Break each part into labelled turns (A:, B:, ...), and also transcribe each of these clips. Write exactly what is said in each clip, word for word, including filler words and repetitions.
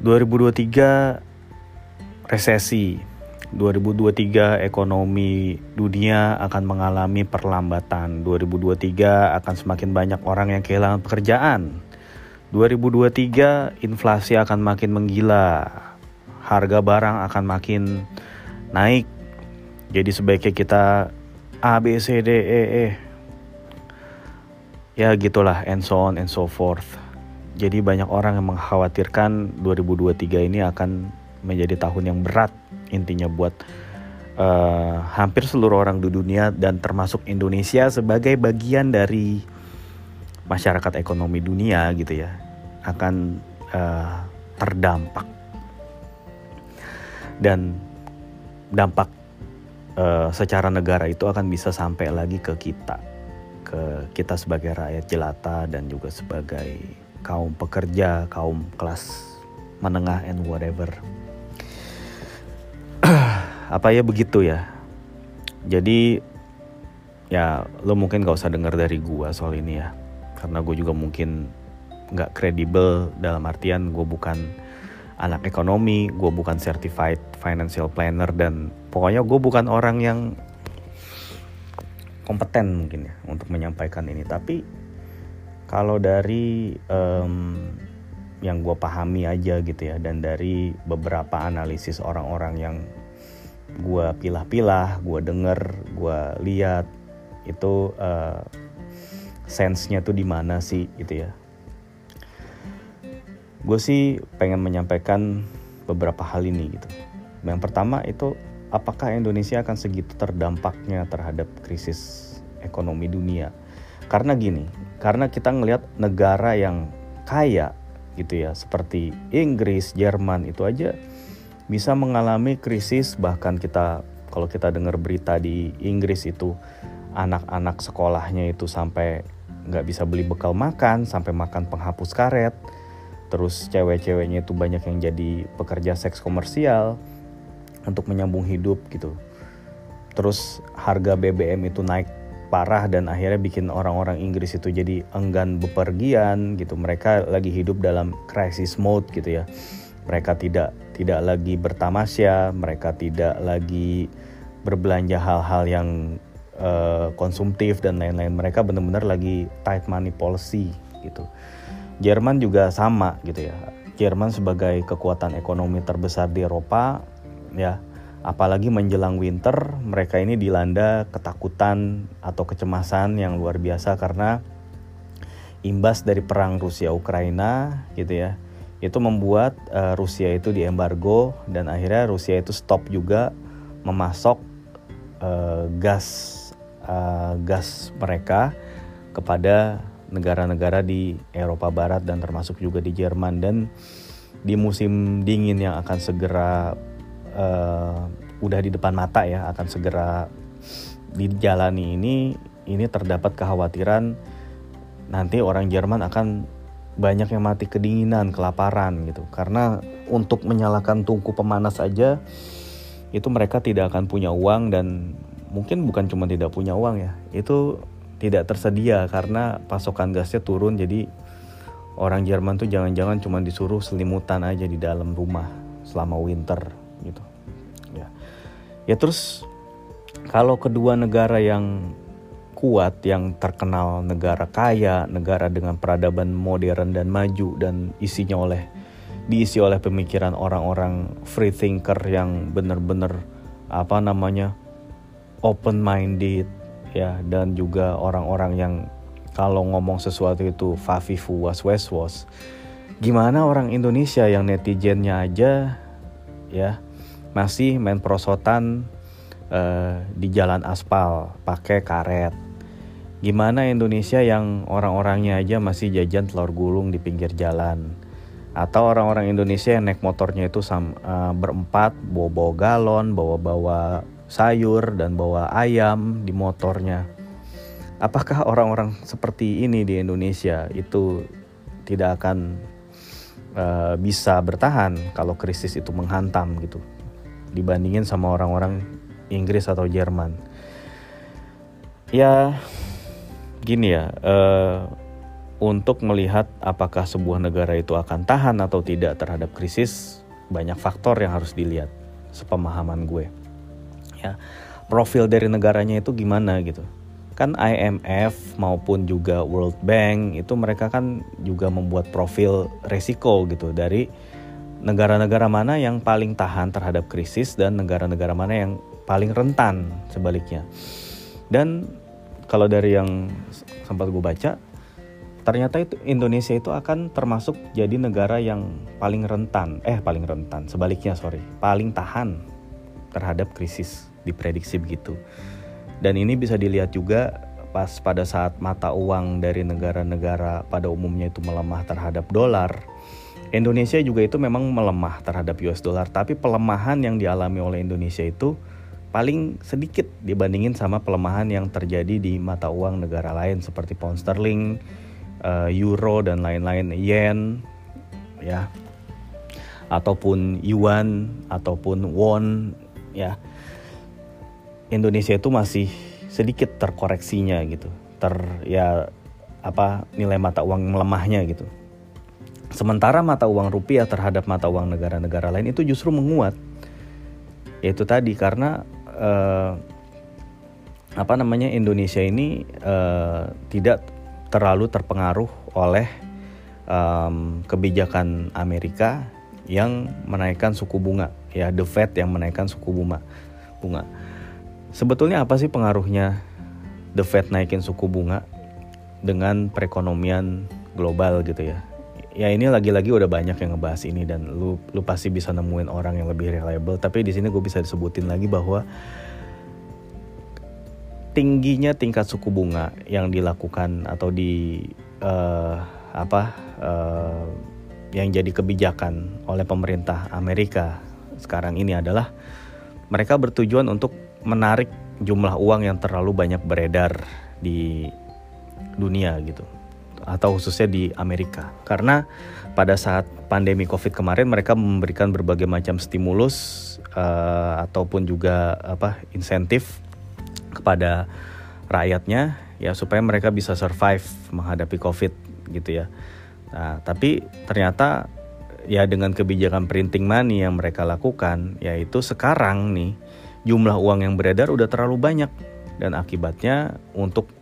A: dua ribu dua puluh tiga resesi. dua ribu dua puluh tiga ekonomi dunia akan mengalami perlambatan. dua ribu dua puluh tiga akan semakin banyak orang yang kehilangan pekerjaan. dua ribu dua puluh tiga inflasi akan makin menggila. Harga barang akan makin naik. Jadi sebaiknya kita A, B, C, D, E, E. Ya gitulah, and so on and so forth. Jadi banyak orang yang mengkhawatirkan dua ribu dua puluh tiga ini akan menjadi tahun yang berat intinya buat uh, hampir seluruh orang di dunia dan termasuk Indonesia sebagai bagian dari masyarakat ekonomi dunia gitu ya, akan uh, terdampak. Dan dampak uh, secara negara itu akan bisa sampai lagi ke kita, ke kita sebagai rakyat jelata dan juga sebagai kaum pekerja, kaum kelas menengah and whatever. Apa ya begitu ya. Jadi ya lo mungkin gak usah dengar dari gue soal ini ya, karena gue juga mungkin gak kredibel, dalam artian gue bukan anak ekonomi, gue bukan certified financial planner, dan pokoknya gue bukan orang yang kompeten mungkin ya untuk menyampaikan ini. Tapi kalau dari um, yang gue pahami aja gitu ya, dan dari beberapa analisis orang-orang yang gue pilah-pilah, gue denger, gue lihat itu uh, sense-nya tuh di mana sih gitu ya. Gue sih pengen menyampaikan beberapa hal ini gitu. Yang pertama itu, apakah Indonesia akan segitu terdampaknya terhadap krisis ekonomi dunia? Karena gini, karena kita ngelihat negara yang kaya gitu ya, seperti Inggris, Jerman itu aja bisa mengalami krisis. Bahkan kita kalau kita dengar berita di Inggris itu anak-anak sekolahnya itu sampai nggak bisa beli bekal makan, sampai makan penghapus karet. Terus cewek-ceweknya itu banyak yang jadi pekerja seks komersial untuk menyambung hidup gitu. Terus harga B B M itu naik parah dan akhirnya bikin orang-orang Inggris itu jadi enggan bepergian gitu. Mereka lagi hidup dalam crisis mode gitu ya. Mereka tidak tidak lagi bertamasya, mereka tidak lagi berbelanja hal-hal yang uh, konsumtif dan lain-lain. Mereka benar-benar lagi tight money policy gitu. Jerman juga sama gitu ya. Jerman sebagai kekuatan ekonomi terbesar di Eropa ya, apalagi menjelang winter, mereka ini dilanda ketakutan atau kecemasan yang luar biasa karena imbas dari perang Rusia Ukraina gitu ya. Itu membuat uh, Rusia itu diembargo dan akhirnya Rusia itu stop juga memasok uh, gas uh, gas mereka kepada negara-negara di Eropa Barat dan termasuk juga di Jerman. Dan di musim dingin yang akan segera uh, udah di depan mata ya, akan segera dijalani ini, ini terdapat kekhawatiran nanti orang Jerman akan banyak yang mati kedinginan, kelaparan gitu. Karena untuk menyalakan tungku pemanas aja itu mereka tidak akan punya uang, dan mungkin bukan cuma tidak punya uang ya, itu tidak tersedia karena pasokan gasnya turun. Jadi orang Jerman tuh jangan-jangan cuma disuruh selimutan aja di dalam rumah selama winter gitu. Ya, ya terus kalau kedua negara yang kuat, yang terkenal negara kaya, negara dengan peradaban modern dan maju dan isinya oleh diisi oleh pemikiran orang-orang free thinker yang benar-benar apa namanya open minded ya, dan juga orang-orang yang kalau ngomong sesuatu itu fafifu was was was. Gimana orang Indonesia yang netizennya aja ya masih main prosotan uh, di jalan aspal pakai karet. Gimana Indonesia yang orang-orangnya aja masih jajan telur gulung di pinggir jalan. Atau orang-orang Indonesia yang naik motornya itu sam, uh, berempat, bawa-bawa galon, bawa-bawa sayur dan bawa ayam di motornya. Apakah orang-orang seperti ini di Indonesia itu tidak akan uh, bisa bertahan kalau krisis itu menghantam gitu, dibandingin sama orang-orang Inggris atau Jerman? Ya gini ya, uh, untuk melihat apakah sebuah negara itu akan tahan atau tidak terhadap krisis, banyak faktor yang harus dilihat sepemahaman gue. Ya, profil dari negaranya itu gimana gitu. Kan I M F maupun juga World Bank itu mereka kan juga membuat profil resiko gitu dari negara-negara mana yang paling tahan terhadap krisis dan negara-negara mana yang paling rentan sebaliknya. Dan kalau dari yang sempat gue baca, ternyata itu Indonesia itu akan termasuk jadi negara yang paling rentan, eh paling rentan, sebaliknya sorry, paling tahan terhadap krisis, diprediksi begitu. Dan ini bisa dilihat juga pas pada saat mata uang dari negara-negara pada umumnya itu melemah terhadap dolar. Indonesia juga itu memang melemah terhadap U S dollar, tapi pelemahan yang dialami oleh Indonesia itu paling sedikit dibandingin sama pelemahan yang terjadi di mata uang negara lain seperti pound sterling, Uh, euro dan lain-lain, yen ya, ataupun yuan ataupun won ya. Indonesia itu masih sedikit terkoreksinya gitu, ter ya apa nilai mata uang melemahnya gitu. Sementara mata uang rupiah terhadap mata uang negara-negara lain itu justru menguat. Yaitu tadi karena uh, apa namanya Indonesia ini uh, tidak terlalu terpengaruh oleh um, kebijakan Amerika yang menaikkan suku bunga, ya The Fed yang menaikkan suku bunga. Bunga. Sebetulnya apa sih pengaruhnya The Fed naikin suku bunga dengan perekonomian global gitu ya? Ya ini lagi-lagi udah banyak yang ngebahas ini dan lu lu pasti bisa nemuin orang yang lebih reliable. Tapi di sini gue bisa disebutin lagi bahwa tingginya tingkat suku bunga yang dilakukan atau di uh, apa uh, yang jadi kebijakan oleh pemerintah Amerika sekarang ini adalah mereka bertujuan untuk menarik jumlah uang yang terlalu banyak beredar di dunia gitu, atau khususnya di Amerika. Karena pada saat pandemi COVID kemarin mereka memberikan berbagai macam stimulus uh, ataupun juga apa insentif kepada rakyatnya ya supaya mereka bisa survive menghadapi COVID gitu ya. Nah, tapi ternyata ya dengan kebijakan printing money yang mereka lakukan, yaitu sekarang nih jumlah uang yang beredar udah terlalu banyak dan akibatnya untuk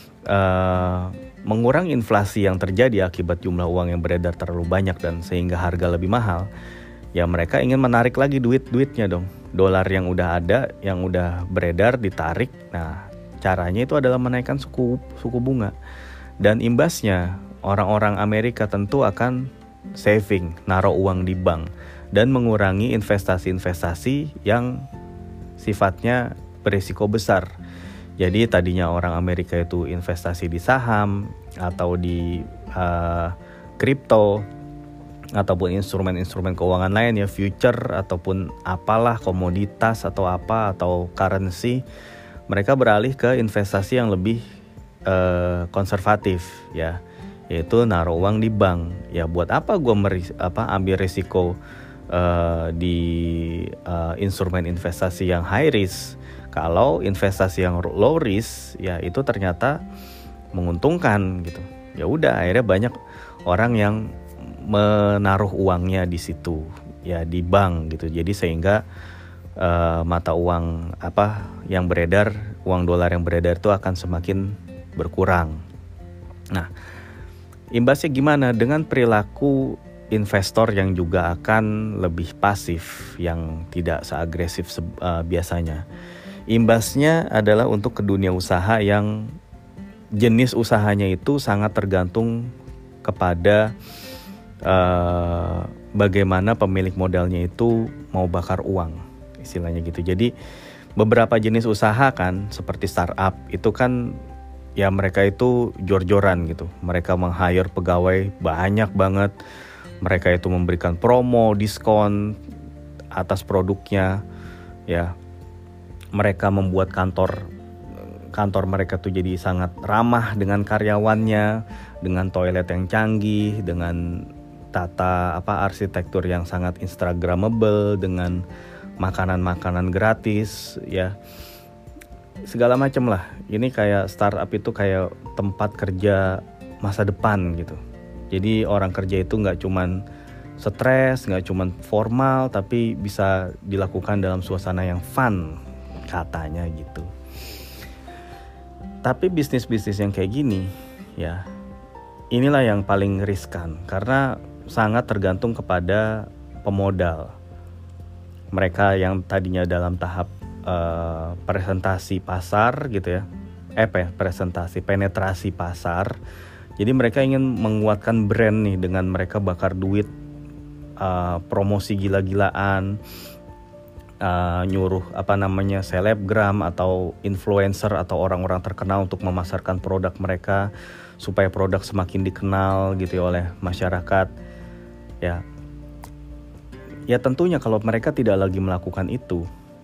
A: uh, mengurangi inflasi yang terjadi akibat jumlah uang yang beredar terlalu banyak dan sehingga harga lebih mahal, ya mereka ingin menarik lagi duit-duitnya dong. Dolar yang udah ada, yang udah beredar ditarik. Nah, caranya itu adalah menaikkan suku suku bunga. Dan imbasnya orang-orang Amerika tentu akan saving, naruh uang di bank dan mengurangi investasi-investasi yang sifatnya berisiko besar. Jadi tadinya orang Amerika itu investasi di saham atau di uh, kripto ataupun instrumen-instrumen keuangan lain ya, future ataupun apalah, komoditas atau apa atau currency, mereka beralih ke investasi yang lebih uh, konservatif ya, yaitu naruh uang di bank. Ya buat apa gue meris- apa ambil risiko uh, di uh, instrumen investasi yang high risk kalau investasi yang low risk ya itu ternyata menguntungkan gitu. Ya udah akhirnya banyak orang yang menaruh uangnya di situ ya, di bank gitu. Jadi sehingga uh, mata uang apa yang beredar, uang dolar yang beredar itu akan semakin berkurang. Nah, imbasnya gimana dengan perilaku investor yang juga akan lebih pasif, yang tidak seagresif uh, biasanya. Imbasnya adalah untuk ke dunia usaha yang jenis usahanya itu sangat tergantung kepada Uh, bagaimana pemilik modalnya itu mau bakar uang, istilahnya gitu. Jadi beberapa jenis usaha kan seperti startup itu kan ya mereka itu jor-joran gitu. Mereka meng-hire pegawai banyak banget. Mereka itu memberikan promo, diskon atas produknya ya. Mereka membuat kantor kantor mereka tuh jadi sangat ramah dengan karyawannya, dengan toilet yang canggih, dengan tata apa arsitektur yang sangat instagramable, dengan makanan-makanan gratis ya, segala macam lah. Ini kayak startup itu kayak tempat kerja masa depan gitu. Jadi orang kerja itu nggak cuman stres, nggak cuman formal, tapi bisa dilakukan dalam suasana yang fun katanya gitu. Tapi bisnis-bisnis yang kayak gini ya, inilah yang paling riskan karena sangat tergantung kepada pemodal. Mereka yang tadinya dalam tahap uh, presentasi pasar gitu ya, eh presentasi penetrasi pasar. Jadi mereka ingin menguatkan brand nih dengan mereka bakar duit, uh, promosi gila-gilaan, uh, nyuruh apa namanya selebgram atau influencer atau orang-orang terkenal untuk memasarkan produk mereka supaya produk semakin dikenal gitu ya oleh masyarakat. Ya, ya tentunya kalau mereka tidak lagi melakukan itu,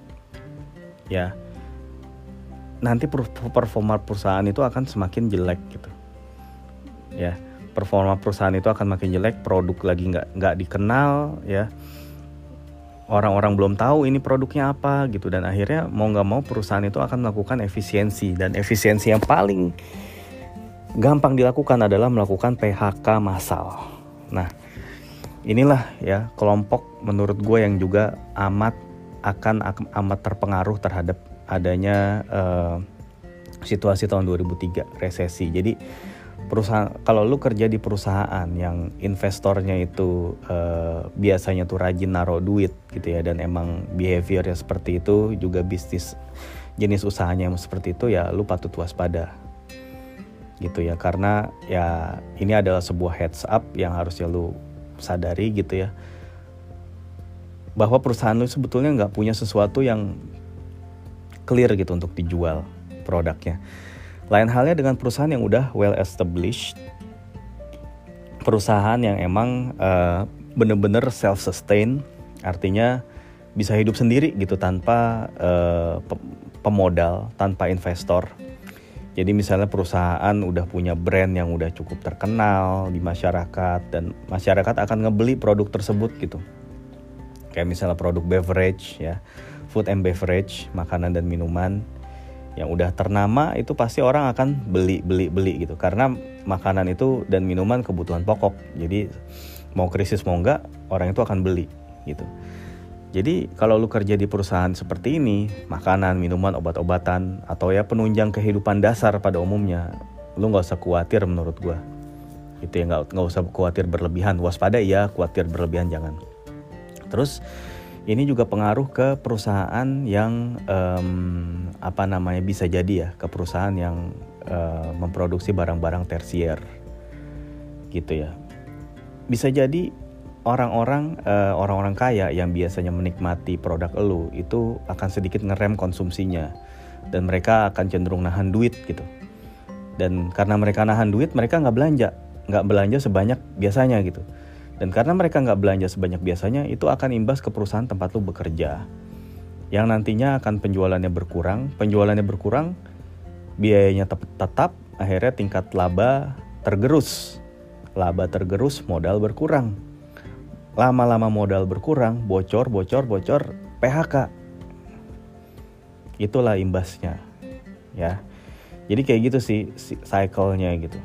A: ya nanti performa perusahaan itu akan semakin jelek gitu. Ya, performa perusahaan itu akan makin jelek, produk lagi nggak nggak dikenal, ya orang-orang belum tahu ini produknya apa gitu, dan akhirnya mau nggak mau perusahaan itu akan melakukan efisiensi, dan efisiensi yang paling gampang dilakukan adalah melakukan P H K massal. Nah, inilah ya kelompok menurut gue yang juga amat akan amat terpengaruh terhadap adanya uh, situasi tahun dua ribu tiga resesi. Jadi perusahaan, kalau lu kerja di perusahaan yang investornya itu uh, biasanya tuh rajin naruh duit gitu ya, dan emang behaviornya seperti itu, juga bisnis jenis usahanya yang seperti itu, ya lu patut waspada gitu ya, karena ya ini adalah sebuah heads up yang harusnya lu sadari gitu ya, bahwa perusahaan lu sebetulnya nggak punya sesuatu yang clear gitu untuk dijual produknya. Lain halnya dengan perusahaan yang udah well established, perusahaan yang emang uh, bener-bener self-sustain, artinya bisa hidup sendiri gitu tanpa uh, pemodal, tanpa investor. Jadi misalnya perusahaan udah punya brand yang udah cukup terkenal di masyarakat, dan masyarakat akan ngebeli produk tersebut gitu. Kayak misalnya produk beverage ya, food and beverage, makanan dan minuman yang udah ternama, itu pasti orang akan beli beli beli gitu, karena makanan itu dan minuman kebutuhan pokok. Jadi mau krisis mau enggak, orang itu akan beli gitu. Jadi kalau lu kerja di perusahaan seperti ini, makanan, minuman, obat-obatan, atau ya penunjang kehidupan dasar pada umumnya, lu nggak usah khawatir menurut gua gitu ya, nggak nggak usah khawatir berlebihan. Waspada ya, khawatir berlebihan jangan. Terus ini juga pengaruh ke perusahaan yang um, apa namanya bisa jadi ya, ke perusahaan yang uh, memproduksi barang-barang tersier gitu ya. Bisa jadi orang-orang uh, orang-orang kaya yang biasanya menikmati produk elu itu akan sedikit ngerem konsumsinya, dan mereka akan cenderung nahan duit gitu. Dan karena mereka nahan duit, mereka nggak belanja, nggak belanja sebanyak biasanya gitu. Dan karena mereka nggak belanja sebanyak biasanya, itu akan imbas ke perusahaan tempat lu bekerja, yang nantinya akan penjualannya berkurang. Penjualannya berkurang, biayanya tetap, akhirnya tingkat laba tergerus. Laba tergerus, modal berkurang. Lama-lama modal berkurang, bocor, bocor, bocor, P H K. Itulah imbasnya, ya. Jadi kayak gitu sih cycle-nya gitu.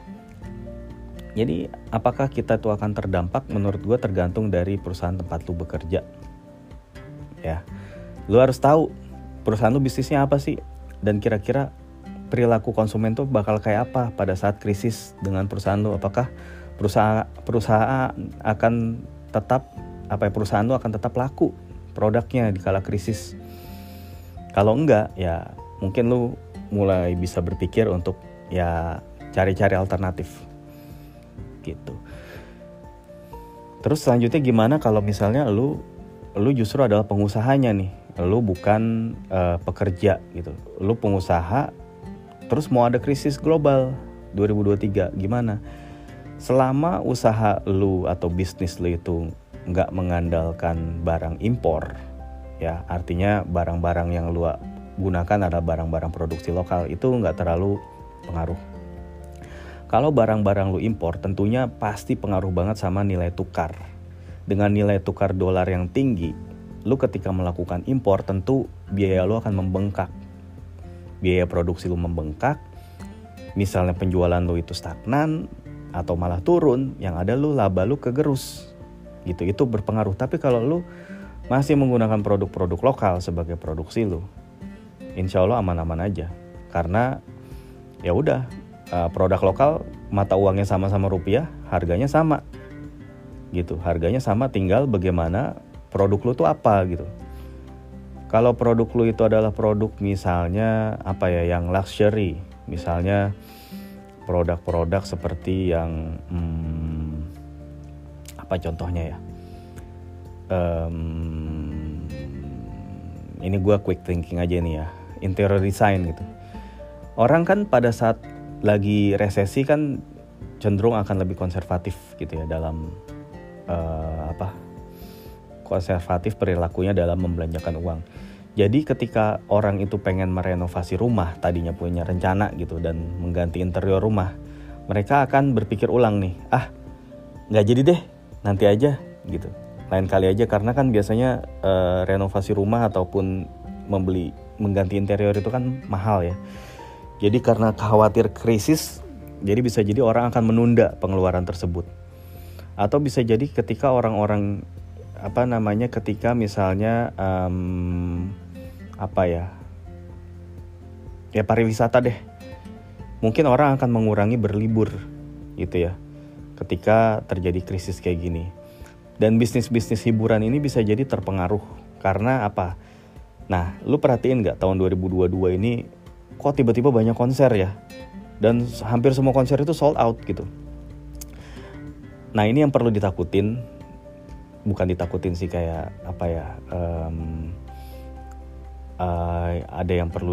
A: Jadi apakah kita tuh akan terdampak? Menurut gue tergantung dari perusahaan tempat lu bekerja. Ya, lu harus tahu perusahaan lu bisnisnya apa sih, dan kira-kira perilaku konsumen tuh bakal kayak apa pada saat krisis dengan perusahaan lu. Apakah perusahaan perusahaan akan tetap apa ya, perusahaan lu akan tetap laku produknya di kala krisis? Kalau enggak, ya mungkin lu mulai bisa berpikir untuk ya cari-cari alternatif gitu. Terus selanjutnya gimana kalau misalnya lu lu justru adalah pengusahanya nih, lu bukan uh, pekerja gitu, lu pengusaha, terus mau ada krisis global dua ribu dua puluh tiga, gimana? Selama usaha lu atau bisnis lu itu nggak mengandalkan barang impor, ya artinya barang-barang yang lu gunakan adalah barang-barang produksi lokal, itu nggak terlalu pengaruh. Kalau barang-barang lu impor, tentunya pasti pengaruh banget sama nilai tukar. Dengan nilai tukar dolar yang tinggi, lu ketika melakukan impor, tentu biaya lu akan membengkak. Biaya produksi lu membengkak, misalnya penjualan lu itu stagnan atau malah turun, yang ada lu laba lu kegerus gitu, itu berpengaruh. Tapi kalau lu masih menggunakan produk-produk lokal sebagai produksi lu, insya Allah aman-aman aja. Karena ya udah, produk lokal mata uangnya sama-sama rupiah, harganya sama gitu, harganya sama, tinggal bagaimana produk lu tuh apa gitu. Kalau produk lu itu adalah produk misalnya apa ya, yang luxury, misalnya produk-produk seperti yang hmm, apa contohnya ya, um, ini gue quick thinking aja nih ya, interior design gitu. Orang kan pada saat lagi resesi kan cenderung akan lebih konservatif gitu ya dalam uh, apa konservatif perilakunya dalam membelanjakan uang. Jadi ketika orang itu pengen merenovasi rumah, tadinya punya rencana gitu dan mengganti interior rumah, mereka akan berpikir ulang nih, ah nggak jadi deh, nanti aja gitu, lain kali aja. Karena kan biasanya uh, renovasi rumah ataupun membeli mengganti interior itu kan mahal ya. Jadi karena khawatir krisis, jadi bisa jadi orang akan menunda pengeluaran tersebut. Atau bisa jadi ketika orang-orang apa namanya ketika misalnya um, apa ya ya pariwisata deh, mungkin orang akan mengurangi berlibur gitu ya ketika terjadi krisis kayak gini. Dan bisnis-bisnis hiburan ini bisa jadi terpengaruh karena apa? Nah, lu perhatiin nggak tahun dua ribu dua puluh dua ini kok tiba-tiba banyak konser ya, dan hampir semua konser itu sold out gitu. Nah, ini yang perlu ditakutin. Bukan ditakutin sih, kayak apa ya, um, uh, ada yang perlu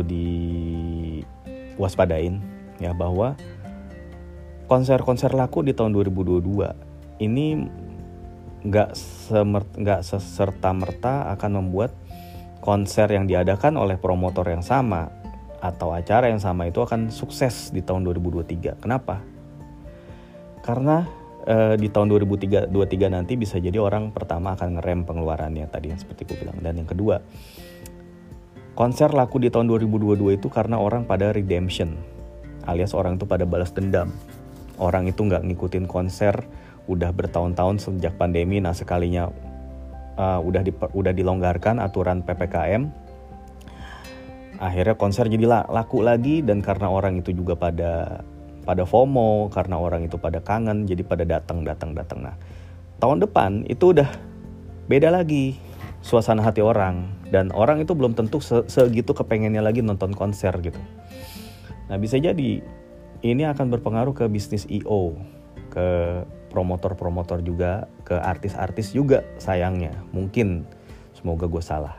A: diwaspadain ya, bahwa konser-konser laku di tahun dua ribu dua puluh dua ini nggak semer- nggak seserta-merta akan membuat konser yang diadakan oleh promotor yang sama atau acara yang sama itu akan sukses di tahun dua ribu dua puluh tiga. Kenapa? Karena di tahun dua ribu dua puluh tiga nanti bisa jadi orang pertama akan ngerem pengeluarannya tadi yang seperti gue bilang. Dan yang kedua, konser laku di tahun dua ribu dua puluh dua itu karena orang pada redemption, alias orang itu pada balas dendam. Orang itu gak ngikutin konser udah bertahun-tahun sejak pandemi. Nah sekalinya uh, udah, di, udah dilonggarkan aturan P P K M, akhirnya konser jadi laku lagi. Dan karena orang itu juga pada pada FOMO, karena orang itu pada kangen, jadi pada datang datang datang. Nah, tahun depan itu udah beda lagi suasana hati orang, dan orang itu belum tentu segitu kepengennya lagi nonton konser gitu. Nah, bisa jadi ini akan berpengaruh ke bisnis I O, ke promotor-promotor juga, ke artis-artis juga sayangnya. Mungkin, semoga gue salah.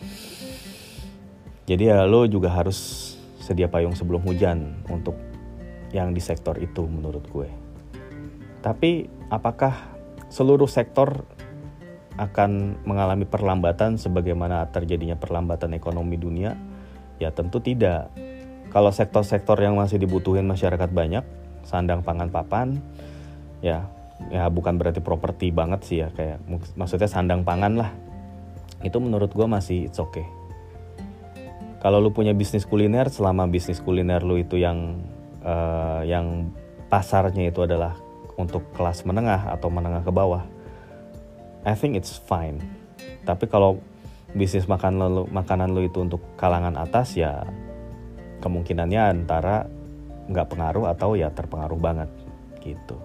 A: Jadi ya lo juga harus sedia payung sebelum hujan untuk yang di sektor itu menurut gue. Tapi apakah seluruh sektor akan mengalami perlambatan sebagaimana terjadinya perlambatan ekonomi dunia? Ya tentu tidak. Kalau sektor-sektor yang masih dibutuhin masyarakat banyak, sandang pangan papan, ya ya bukan berarti properti banget sih ya, kayak maksudnya sandang pangan lah. Itu menurut gue masih it's okay. Kalau lu punya bisnis kuliner, selama bisnis kuliner lu itu yang Uh, yang pasarnya itu adalah untuk kelas menengah atau menengah ke bawah, I think it's fine. Tapi kalau bisnis makan lu, makanan lu itu untuk kalangan atas, ya kemungkinannya antara nggak pengaruh atau ya terpengaruh banget gitu.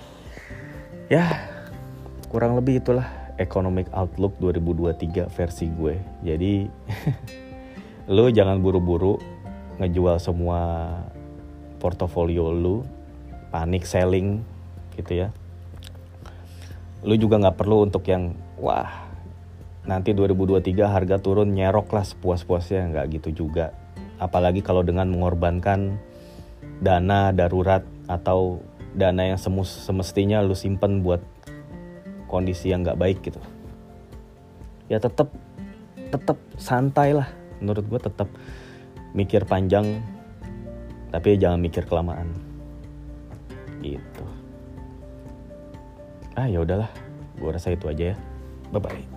A: Ya kurang lebih itulah Economic Outlook dua ribu dua puluh tiga versi gue. Jadi lu jangan buru-buru ngejual semua portofolio lu, panik selling gitu ya. Lu juga gak perlu untuk yang wah nanti dua ribu dua puluh tiga harga turun nyerok lah sepuas-puasnya, gak gitu juga. Apalagi kalau dengan mengorbankan dana darurat atau dana yang semus, semestinya lu simpen buat kondisi yang gak baik gitu. Ya tetap tetap santai lah menurut gue, tetap mikir panjang tapi jangan mikir kelamaan gitu. Ah ya udahlah, gue rasa itu aja ya. Bye bye.